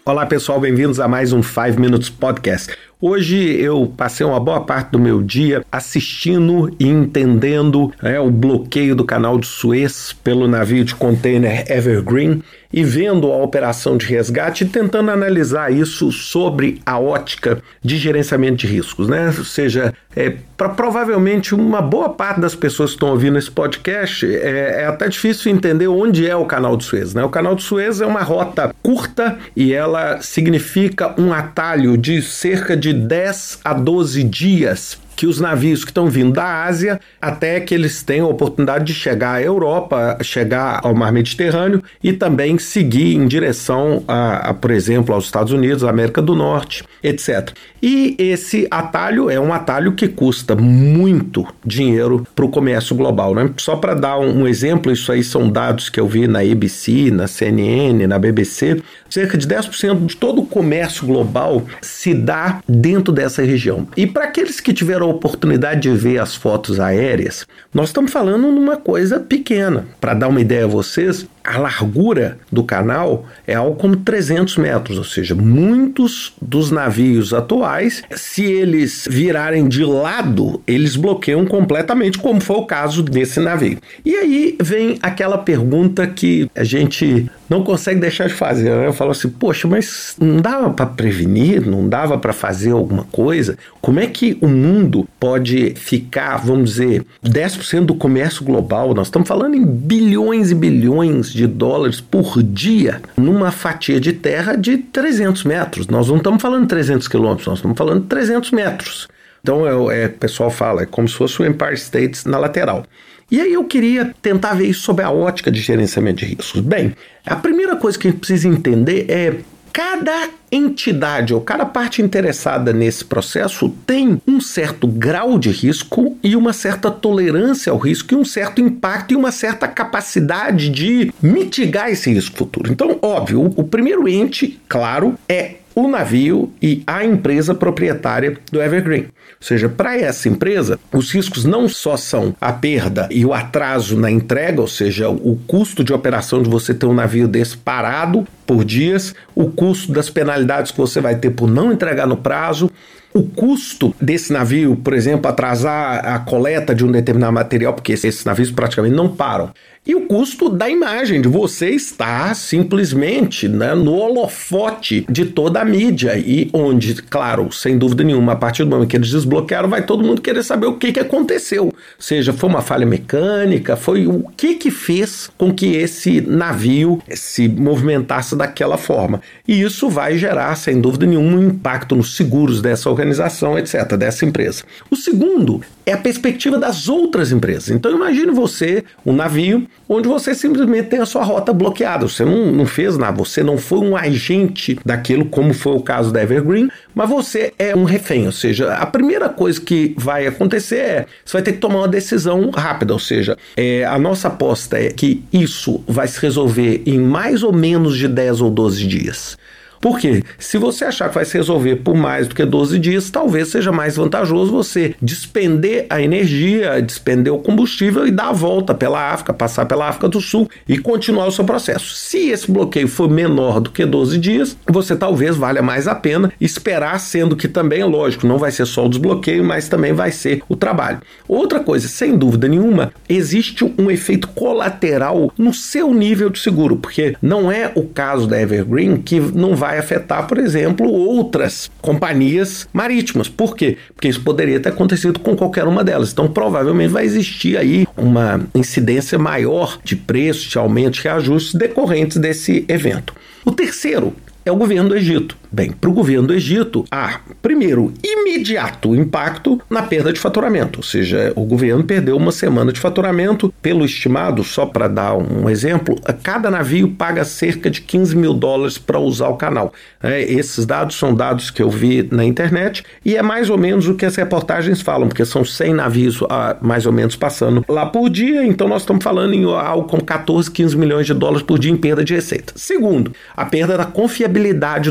Olá pessoal, bem-vindos a mais um 5 Minutes Podcast. Hoje eu passei uma boa parte do meu dia assistindo e entendendo o bloqueio do canal de Suez pelo navio de container Evergreen e vendo a operação de resgate e tentando analisar isso sobre a ótica de gerenciamento de riscos, né? Ou seja, para provavelmente uma boa parte das pessoas que estão ouvindo esse podcast, é até difícil entender onde é o canal de Suez, né? O canal de Suez é uma rota curta e ela significa um atalho de cerca de 10 a 12 dias que os navios que estão vindo da Ásia, até que eles tenham a oportunidade de chegar à Europa, chegar ao Mar Mediterrâneo e também seguir em direção, por exemplo, aos Estados Unidos, à América do Norte, etc. E esse atalho é um atalho que custa muito dinheiro para o comércio global, né? Só para dar um exemplo, isso aí são dados que eu vi na ABC, na CNN, na BBC, cerca de 10% de todo o comércio global se dá dentro dessa região. E para aqueles que tiveram a oportunidade de ver as fotos aéreas, nós estamos falando numa coisa pequena. Para dar uma ideia a vocês, a largura do canal é algo como 300 metros, ou seja, muitos dos navios atuais, se eles virarem de lado, eles bloqueiam completamente, como foi o caso desse navio. E aí vem aquela pergunta que a gente não consegue deixar de fazer, né? Eu falo assim, poxa, mas não dava para prevenir, não dava para fazer alguma coisa? Como é que o mundo pode ficar, vamos dizer, 10% do comércio global, nós estamos falando em bilhões e bilhões de dólares por dia, numa fatia de terra de 300 metros. Nós não estamos falando de 300 quilômetros, nós estamos falando de 300 metros. Então, o pessoal fala, é como se fosse o Empire State na lateral. E aí eu queria tentar ver isso sob a ótica de gerenciamento de riscos. Bem, a primeira coisa que a gente precisa entender é cada entidade ou cada parte interessada nesse processo tem um certo grau de risco e uma certa tolerância ao risco e um certo impacto e uma certa capacidade de mitigar esse risco futuro. Então, óbvio, o primeiro ente, claro, é o navio e a empresa proprietária do Evergreen. Ou seja, para essa empresa, os riscos não só são a perda e o atraso na entrega, ou seja, o custo de operação de você ter um navio desse parado por dias, o custo das penalidades que você vai ter por não entregar no prazo, o custo desse navio, por exemplo, atrasar a coleta de um determinado material, porque esses navios praticamente não param. E o custo da imagem, de você estar simplesmente, né, no holofote de toda a mídia. E onde, claro, sem dúvida nenhuma, a partir do momento que eles desbloquearam, vai todo mundo querer saber o que aconteceu. Ou seja, foi uma falha mecânica, foi o que fez com que esse navio se movimentasse daquela forma. E isso vai gerar, sem dúvida nenhuma, um impacto nos seguros dessa organização, etc., dessa empresa. O segundo é a perspectiva das outras empresas. Então imagine você, um navio, onde você simplesmente tem a sua rota bloqueada. Você não fez nada, você não foi um agente daquilo, como foi o caso da Evergreen, mas você é um refém. Ou seja, a primeira coisa que vai acontecer é, você vai ter que tomar uma decisão rápida. Ou seja, a nossa aposta é que isso vai se resolver em mais ou menos de 10 ou 12 dias. Por quê? Se você achar que vai se resolver por mais do que 12 dias, talvez seja mais vantajoso você despender a energia, despender o combustível e dar a volta pela África, passar pela África do Sul e continuar o seu processo. Se esse bloqueio for menor do que 12 dias, você talvez valha mais a pena esperar, sendo que também, lógico, não vai ser só o desbloqueio, mas também vai ser o trabalho. Outra coisa, sem dúvida nenhuma, existe um efeito colateral no seu nível de seguro, porque não é o caso da Evergreen que não vai afetar, por exemplo, outras companhias marítimas. Por quê? Porque isso poderia ter acontecido com qualquer uma delas. Então, provavelmente vai existir aí uma incidência maior de preços, de aumentos, de reajustes decorrentes desse evento. O terceiro é o governo do Egito. Bem, para o governo do Egito, há, primeiro, imediato impacto na perda de faturamento, ou seja, o governo perdeu uma semana de faturamento, pelo estimado, só para dar um exemplo, cada navio paga cerca de $15 mil para usar o canal. Esses dados são dados que eu vi na internet e é mais ou menos o que as reportagens falam, porque são 100 navios mais ou menos passando lá por dia, então nós estamos falando em algo como 14, 15 milhões de dólares por dia em perda de receita. Segundo, a perda da confiabilidade do canal.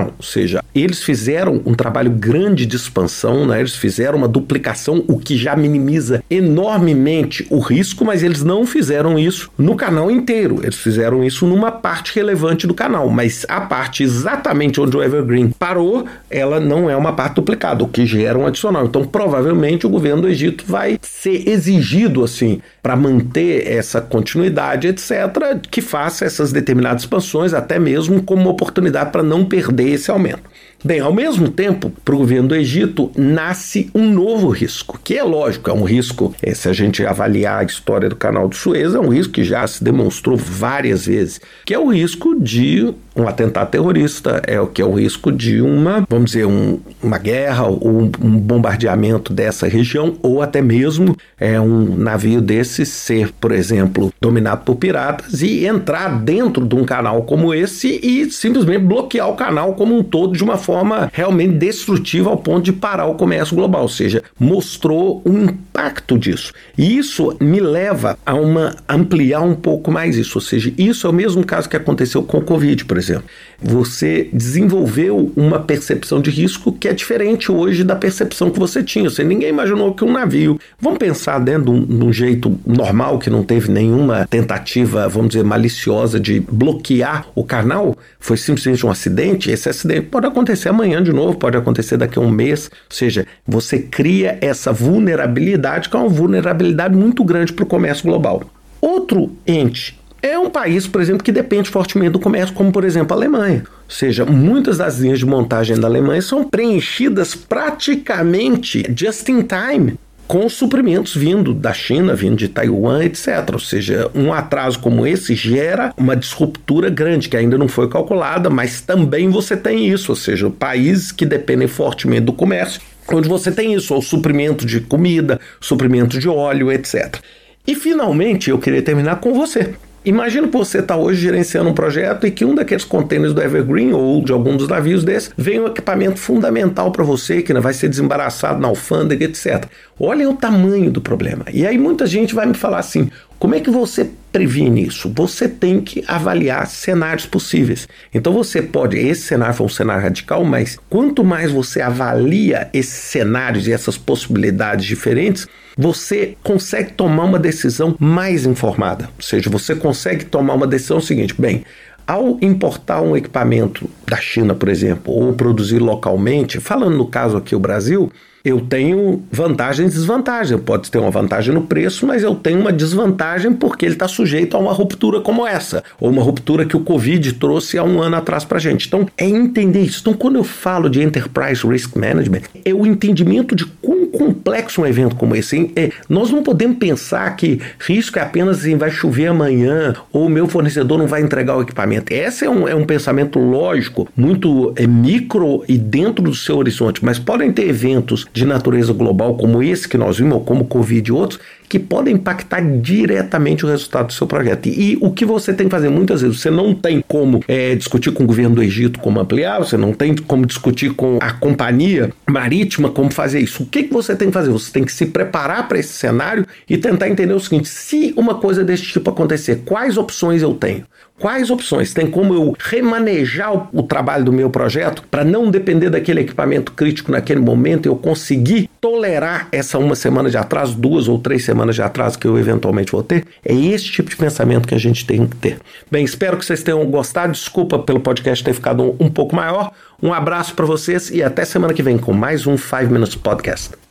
Não, ou seja, eles fizeram um trabalho grande de expansão, né? Eles fizeram uma duplicação, o que já minimiza enormemente o risco, mas eles não fizeram isso no canal inteiro, eles fizeram isso numa parte relevante do canal, mas a parte exatamente onde o Evergreen parou, ela não é uma parte duplicada, o que gera um adicional. Então, provavelmente, o governo do Egito vai ser exigido, assim, para manter essa continuidade, etc., que faça essas determinadas expansões, até mesmo como uma oportunidade para não perder esse aumento. Bem, ao mesmo tempo, para o governo do Egito, nasce um novo risco, que é lógico, é um risco, se a gente avaliar a história do canal de Suez, é um risco que já se demonstrou várias vezes, que é o risco de um atentado terrorista, que é o risco de vamos dizer, uma guerra ou um bombardeamento dessa região, ou até mesmo um navio desse ser, por exemplo, dominado por piratas e entrar dentro de um canal como esse e simplesmente bloquear o canal como um todo de uma forma realmente destrutiva ao ponto de parar o comércio global, ou seja, mostrou um impacto disso. E isso me leva a ampliar um pouco mais isso, ou seja, isso é o mesmo caso que aconteceu com o Covid, por exemplo. Você desenvolveu uma percepção de risco que é diferente hoje da percepção que você tinha. Ninguém imaginou que um navio, vamos pensar dentro de um jeito normal, que não teve nenhuma tentativa, vamos dizer, maliciosa de bloquear o canal, foi simplesmente um acidente. Esse acidente pode acontecer amanhã de novo, pode acontecer daqui a um mês. Ou seja, você cria essa vulnerabilidade, que é uma vulnerabilidade muito grande para o comércio global. Outro ente é um país, por exemplo, que depende fortemente do comércio, como, por exemplo, a Alemanha. Ou seja, muitas das linhas de montagem da Alemanha são preenchidas praticamente just in time, com suprimentos vindo da China, vindo de Taiwan, etc. Ou seja, um atraso como esse gera uma disruptura grande, que ainda não foi calculada, mas também você tem isso, ou seja, países que dependem fortemente do comércio, onde você tem isso, ou suprimento de comida, suprimento de óleo, etc. E, finalmente, eu queria terminar com você. Imagina que você está hoje gerenciando um projeto e que um daqueles containers do Evergreen ou de algum dos navios desses vem um equipamento fundamental para você, que vai ser desembaraçado na alfândega, etc. Olha o tamanho do problema. E aí muita gente vai me falar assim, como é que você previne isso? Você tem que avaliar cenários possíveis. Então esse cenário foi um cenário radical, mas quanto mais você avalia esses cenários e essas possibilidades diferentes, você consegue tomar uma decisão mais informada. Ou seja, você consegue tomar uma decisão seguinte, bem, ao importar um equipamento da China, por exemplo, ou produzir localmente, falando no caso aqui o Brasil, eu tenho vantagens e desvantagens. Eu posso ter uma vantagem no preço, mas eu tenho uma desvantagem porque ele está sujeito a uma ruptura como essa, ou uma ruptura que o Covid trouxe há um ano atrás para a gente. Então, é entender isso. Então, quando eu falo de Enterprise Risk Management, é o entendimento de quão complexo um evento como esse. Nós não podemos pensar que risco é apenas assim, vai chover amanhã, ou o meu fornecedor não vai entregar o equipamento. Esse é um pensamento lógico, muito micro e dentro do seu horizonte, mas podem ter eventos de natureza global como esse que nós vimos, ou como o Covid e outros, que podem impactar diretamente o resultado do seu projeto. E o que você tem que fazer muitas vezes, você não tem como discutir com o governo do Egito como ampliar, você não tem como discutir com a companhia marítima como fazer isso. O que você tem que fazer? Você tem que se preparar para esse cenário e tentar entender o seguinte, se uma coisa desse tipo acontecer, quais opções eu tenho? Quais opções? Tem como eu remanejar o trabalho do meu projeto para não depender daquele equipamento crítico naquele momento e eu conseguir tolerar essa uma semana de atraso, 2 ou 3 semanas de atraso que eu eventualmente vou ter? É esse tipo de pensamento que a gente tem que ter. Bem, espero que vocês tenham gostado. Desculpa pelo podcast ter ficado um pouco maior. Um abraço para vocês e até semana que vem com mais um 5 Minutes Podcast.